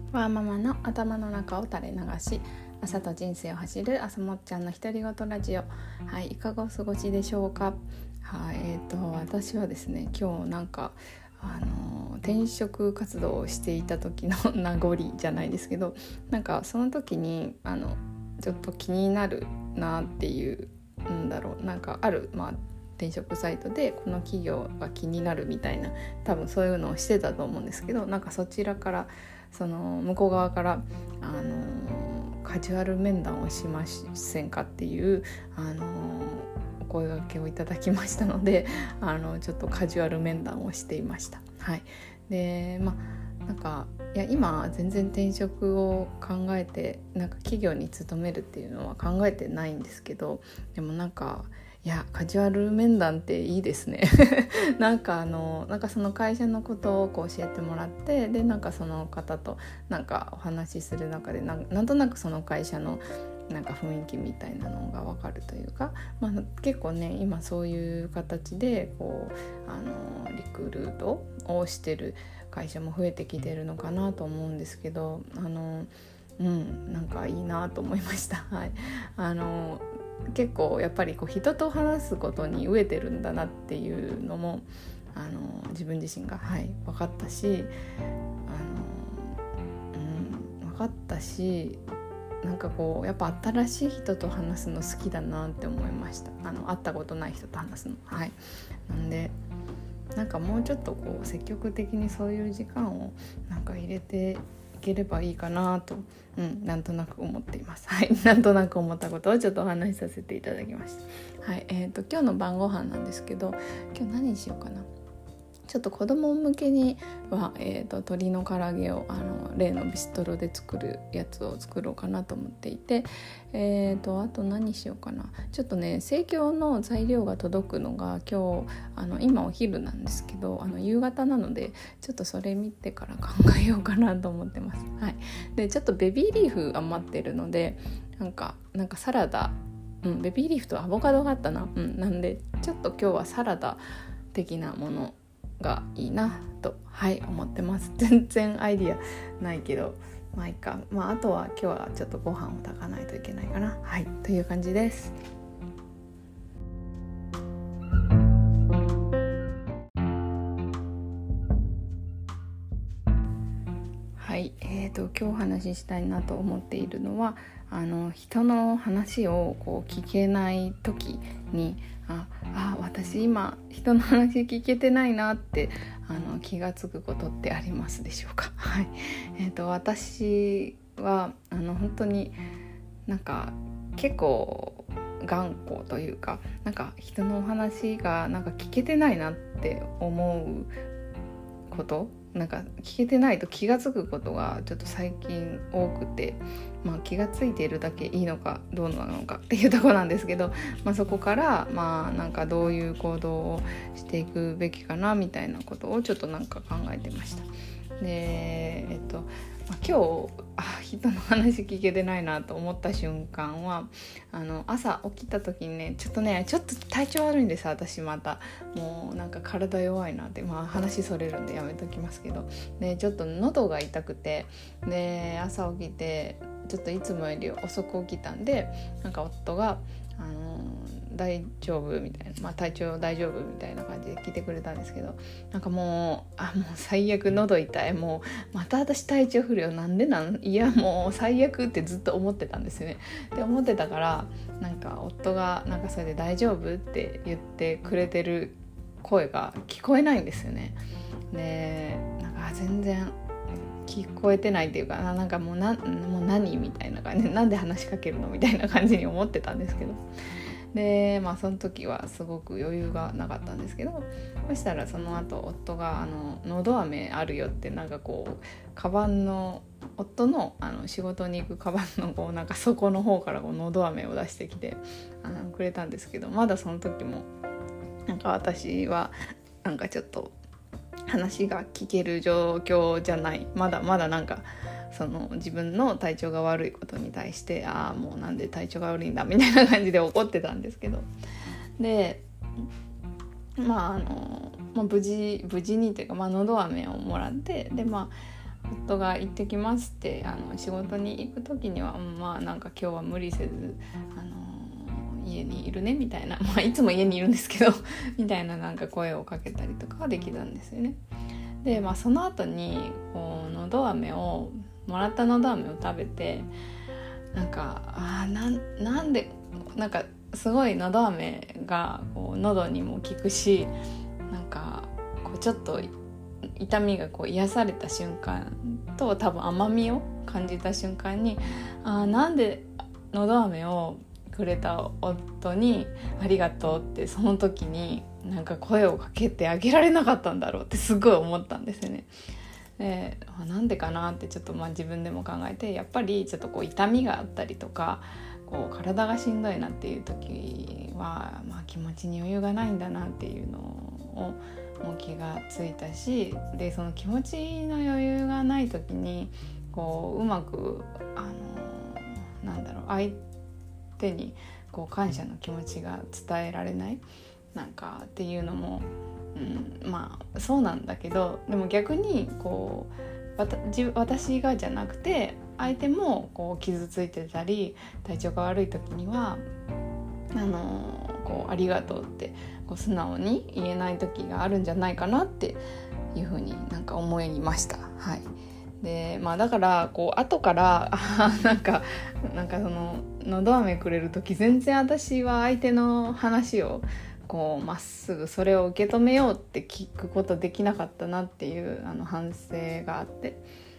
ワーママの頭の中を垂れ流し、朝と人生を走る朝もっちゃんの独り言ラジオ。はい、いかがお過ごしでしょうか。はい、私はですね、今日転職活動をしていた時の名残じゃないですけど、その時にちょっと気になるなっていうある転職サイトでこの企業が気になるみたいな、多分そういうのをしてたと思うんですけど、そちらからその向こう側からカジュアル面談をしませんかっていうお声掛けをいただきましたので、ちょっとカジュアル面談をしていました。はい。で今全然転職を考えて企業に勤めるっていうのは考えてないんですけど、でもカジュアル面談っていいですねその会社のことを教えてもらって、でその方とお話しする中でなんとなくその会社の雰囲気みたいなのが分かるというか、結構ね今そういう形でリクルートをしてる会社も増えてきてるのかなと思うんですけど、いいなと思いました。はい。結構やっぱり人と話すことに飢えてるんだなっていうのも自分自身が、分かったし、やっぱ新しい人と話すの好きだなって思いました。会ったことない人と話すの。はい。なんでもうちょっと積極的にそういう時間を入れていければいいかなと、なんとなく思っています。はい。なんとなく思ったことをちょっとお話しさせていただきました。はい。今日の晩ご飯なんですけど、今日何にしようかな。ちょっと子供向けには、鶏の唐揚げを例のビストロで作るやつを作ろうかなと思っていて、あと何しようかな。ちょっとね、生協の材料が届くのが今日今お昼なんですけど、夕方なのでちょっとそれ見てから考えようかなと思ってます。はい。でちょっとベビーリーフ余ってるのでサラダ、ベビーリーフとアボカドがあったな。なんでちょっと今日はサラダ的なものがいいなと、思ってます。全然アイディアないけどいいか。あとは今日はちょっとご飯を炊かないといけないかな。はい、という感じです。はい、今日お話ししたいなと思っているのは人の話を聞けない時に私今人の話聞けてないなって気がつくことってありますでしょうか。はい。私は本当に結構頑固というか人のお話が聞けてないなって思うこと、聞けてないと気がつくことがちょっと最近多くて、気がついているだけいいのかどうなのかっていうところなんですけど、そこからどういう行動をしていくべきかなみたいなことをちょっと考えてました。で今日人の話聞けてないなと思った瞬間は朝起きた時にねちょっと体調悪いんです。私またもう体弱いなって、話それるんでやめときますけど、でちょっと喉が痛くて、で朝起きてちょっといつもより遅く起きたんで夫が大丈夫みたいな、体調大丈夫みたいな感じで聞いてくれたんですけど、もう最悪、喉痛い、もうまた私体調不良なんでいやもう最悪ってずっと思ってたんですよね。で思ってたから夫がそれで大丈夫って言ってくれてる声が聞こえないんですよね。で全然聞こえてないっていうかもう何みたいな感じで、なんで話しかけるのみたいな感じに思ってたんですけど、でその時はすごく余裕がなかったんですけど、そしたらその後夫が喉飴あるよってカバンの夫の仕事に行くカバンの底の方から喉飴を出してきてくれたんですけど、まだその時も私はちょっと話が聞ける状況じゃない、まだその自分の体調が悪いことに対してもうなんで体調が悪いんだみたいな感じで怒ってたんですけど、で無事にというか、喉飴をもらって、で夫が行ってきますって仕事に行く時には、なんか今日は無理せず家にいるねみたいな、いつも家にいるんですけどみたいななんか声をかけたりとかはできたんですよね。で、その後にこうもらったのど飴を食べて、なんかなんでなんかすごいのど飴がこう喉にも効くし、なんかこうちょっと痛みがこう癒された瞬間と、多分甘みを感じた瞬間に、なんでのど飴をくれた夫にありがとうってその時になんか声をかけてあげられなかったんだろうってすごい思ったんですよね。で、なんでかなってちょっと自分でも考えて、やっぱりちょっとこう痛みがあったりとか、こう体がしんどいなっていう時は、気持ちに余裕がないんだなっていうのをもう気がついたし、でその気持ちの余裕がない時にこううまく相手にこう感謝の気持ちが伝えられないなんかっていうのも、そうなんだけど、でも逆にこう私がじゃなくて相手もこう傷ついてたり体調が悪い時にはこうありがとうってこう素直に言えない時があるんじゃないかなっていうふうになんか思いました。はい。でだからこう後からなんかそののど飴くれる時全然私は相手の話をこうまっすぐそれを受け止めようって聞くことできなかったなっていう反省があって、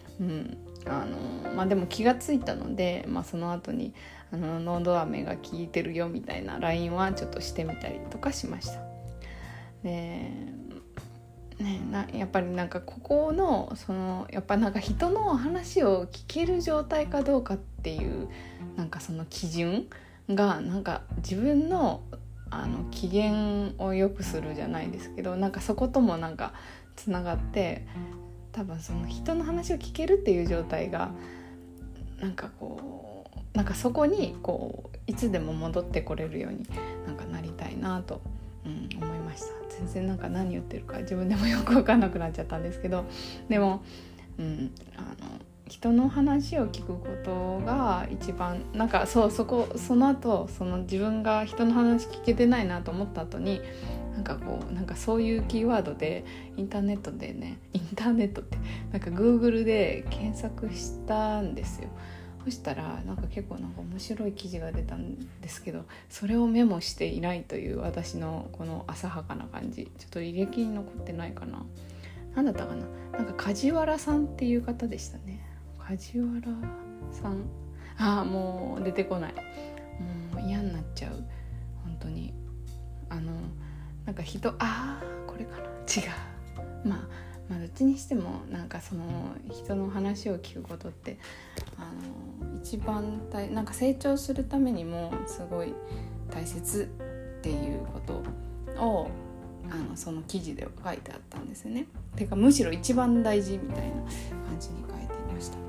でも気がついたので、その後にのど飴が効いてるよみたいな LINE はちょっとしてみたりとかしました。でやっぱりなんかここのやっぱなんか人の話を聞ける状態かどうかっていうなんかその基準がなんか自分の機嫌を良くするじゃないですけど、なんかそこともなんかつながって、多分その人の話を聞けるっていう状態がなんかこうなんかそこにこういつでも戻ってこれるようになんかなりたいなと、思いました。全然なんか何言ってるか自分でもよく分かんなくなっちゃったんですけど、でも、人の話を聞くことが一番なんかその後自分が人の話聞けてないなと思った後になんかそういうキーワードでインターネットってなんか Google で検索したんですよ。そしたらなんか結構なんか面白い記事が出たんですけど、それをメモしていないという私のこの浅はかな感じ、ちょっと履歴に残ってないかな。なんだったかな、なんか梶原さんっていう方でしたね。梶原さん、もう出てこない、もう嫌になっちゃう本当に。なんかこれかな、違う、どっちにしてもなんかその人の話を聞くことって一番なんか成長するためにもすごい大切っていうことをその記事で書いてあったんですよね。てかむしろ一番大事みたいな感じに書いていました。はい、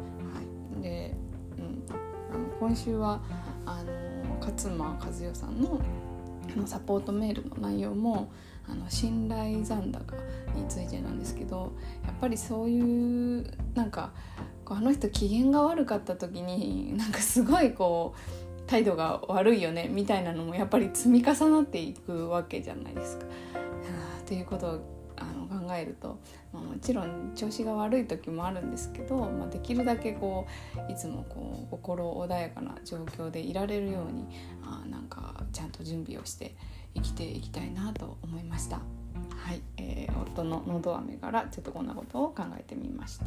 で、今週は勝間和代さんのサポートメールの内容も信頼残高についてなんですけど、やっぱりそういうなんかあの人機嫌が悪かった時になんかすごいこう態度が悪いよねみたいなのもやっぱり積み重なっていくわけじゃないですか。っていうことを考えると、もちろん調子が悪い時もあるんですけど、できるだけこういつもこう心穏やかな状況でいられるようになんかちゃんと準備をして生きていきたいなと思いました。はい、夫ののど飴からちょっとこんなことを考えてみました。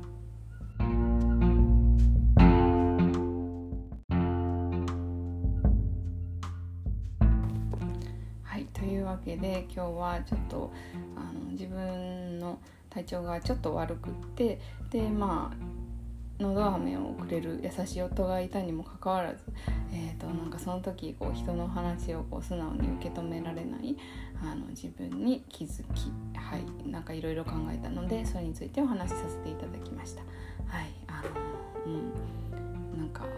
というわけで今日はちょっと自分の体調がちょっと悪くってでのど飴をくれる優しい夫がいたにもかかわらず、なんかその時こう人の話をこう素直に受け止められない自分に気づき、なんかいろいろ考えたのでそれについてお話しさせていただきました。なんか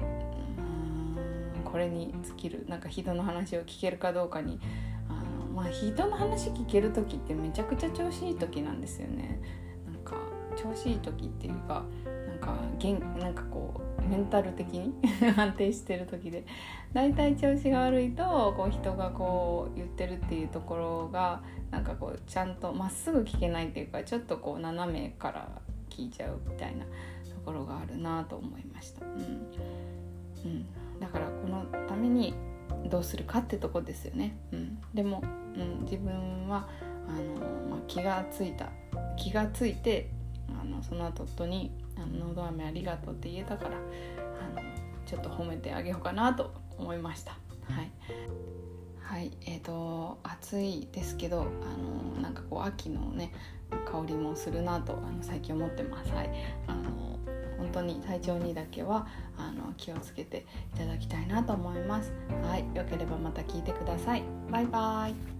これに尽きる、なんか人の話を聞けるかどうかに人の話聞ける時ってめちゃくちゃ調子いい時なんですよね。なんか調子いい時っていうかなんかこうメンタル的に安定してる時で、だいたい調子が悪いとこう人がこう言ってるっていうところがなんかこうちゃんとまっすぐ聞けないっていうか、ちょっとこう斜めから聞いちゃうみたいなところがあるなと思いました。だからこのためにどうするかってとこですよね。でも、自分は気がついてその後にのど飴ありがとうって言えたからちょっと褒めてあげようかなと思いました。はい、暑いですけどなんかこう秋のね香りもするなと最近思ってます。本当に体調にだけは気をつけていただきたいなと思います。よければまた聞いてください。バイバイ。